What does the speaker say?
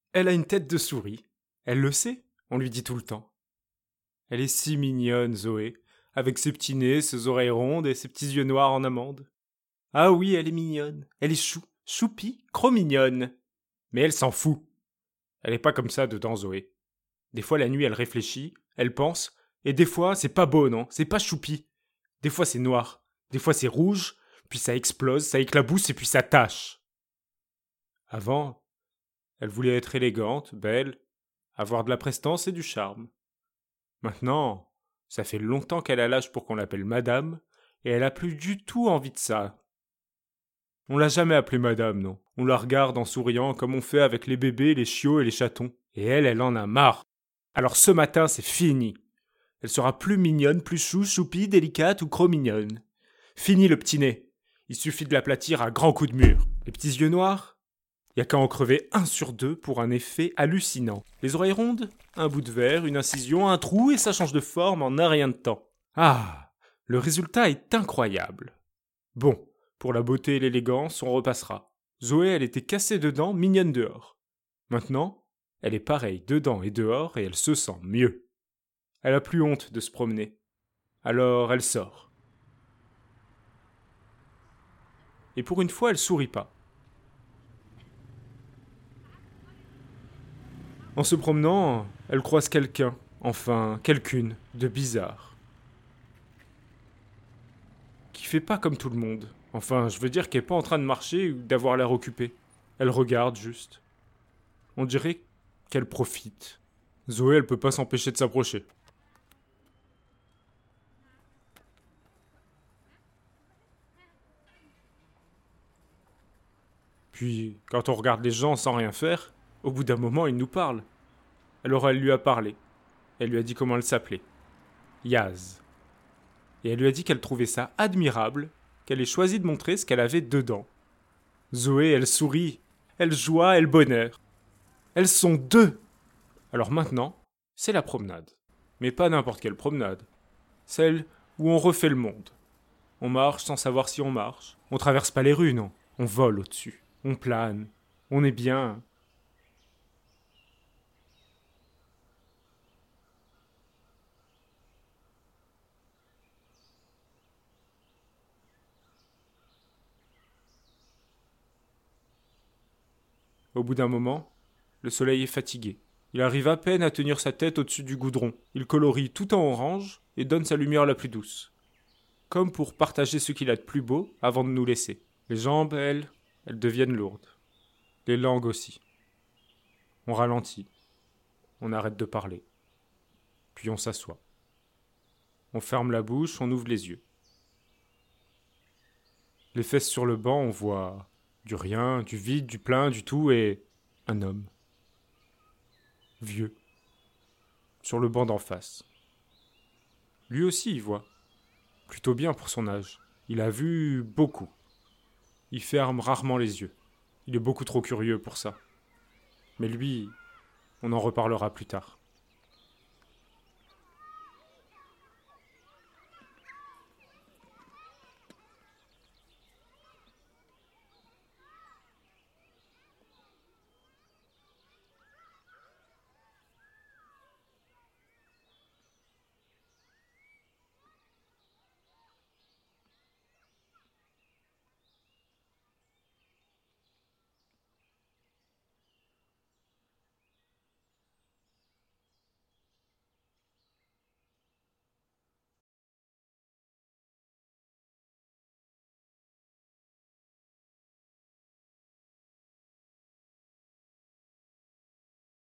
Elle a une tête de souris. Elle le sait, on lui dit tout le temps. Elle est si mignonne, Zoé, avec ses petits nez, ses oreilles rondes et ses petits yeux noirs en amande. Ah oui, elle est mignonne. Elle est choupie, trop mignonne. Mais elle s'en fout. Elle est pas comme ça dedans, Zoé. Des fois, la nuit, elle réfléchit, elle pense, et des fois, c'est pas beau, non, c'est pas choupi. Des fois, c'est noir, des fois, c'est rouge, puis ça explose, ça éclabousse et puis ça tâche. Avant, elle voulait être élégante, belle, avoir de la prestance et du charme. Maintenant, ça fait longtemps qu'elle a l'âge pour qu'on l'appelle madame, et elle a plus du tout envie de ça. On l'a jamais appelée madame, non. On la regarde en souriant comme on fait avec les bébés, les chiots et les chatons. Et elle en a marre. Alors ce matin, c'est fini. Elle sera plus mignonne, plus choupie, délicate ou mignonne. Fini le petit nez. Il suffit de l'aplatir à grands coups de mur. Les petits yeux noirs, y a qu'à en crever 1 sur 2 pour un effet hallucinant. Les oreilles rondes, un bout de verre, une incision, un trou et ça change de forme en un rien de temps. Ah, le résultat est incroyable. Bon, pour la beauté et l'élégance, on repassera. Zoé, elle était cassée dedans, mignonne dehors. Maintenant, elle est pareille dedans et dehors et elle se sent mieux. Elle a plus honte de se promener. Alors elle sort. Et pour une fois, elle sourit pas. En se promenant, elle croise quelqu'un, enfin quelqu'une, de bizarre. Qui fait pas comme tout le monde. Enfin, je veux dire qu'elle est pas en train de marcher ou d'avoir l'air occupée. Elle regarde juste. On dirait qu'elle profite. Zoé, elle peut pas s'empêcher de s'approcher. Puis, quand on regarde les gens sans rien faire, au bout d'un moment, ils nous parlent. Alors elle lui a parlé. Elle lui a dit comment elle s'appelait. Yaz. Et elle lui a dit qu'elle trouvait ça admirable, qu'elle ait choisi de montrer ce qu'elle avait dedans. Zoé, elle sourit, elle joie, elle bonheur. Elles sont deux. Alors maintenant, c'est la promenade. Mais pas n'importe quelle promenade. Celle où on refait le monde. On marche sans savoir si on marche. On traverse pas les rues, non. On vole au-dessus. On plane. On est bien. Au bout d'un moment, le soleil est fatigué. Il arrive à peine à tenir sa tête au-dessus du goudron. Il colorie tout en orange et donne sa lumière la plus douce. Comme pour partager ce qu'il a de plus beau avant de nous laisser. Les jambes, elles deviennent lourdes. Les langues aussi. On ralentit. On arrête de parler. Puis on s'assoit. On ferme la bouche, on ouvre les yeux. Les fesses sur le banc, on voit du rien, du vide, du plein, du tout et un homme. Vieux. Sur le banc d'en face. Lui aussi y voit. Plutôt bien pour son âge. Il a vu beaucoup. Il ferme rarement les yeux. Il est beaucoup trop curieux pour ça. Mais lui, on en reparlera plus tard.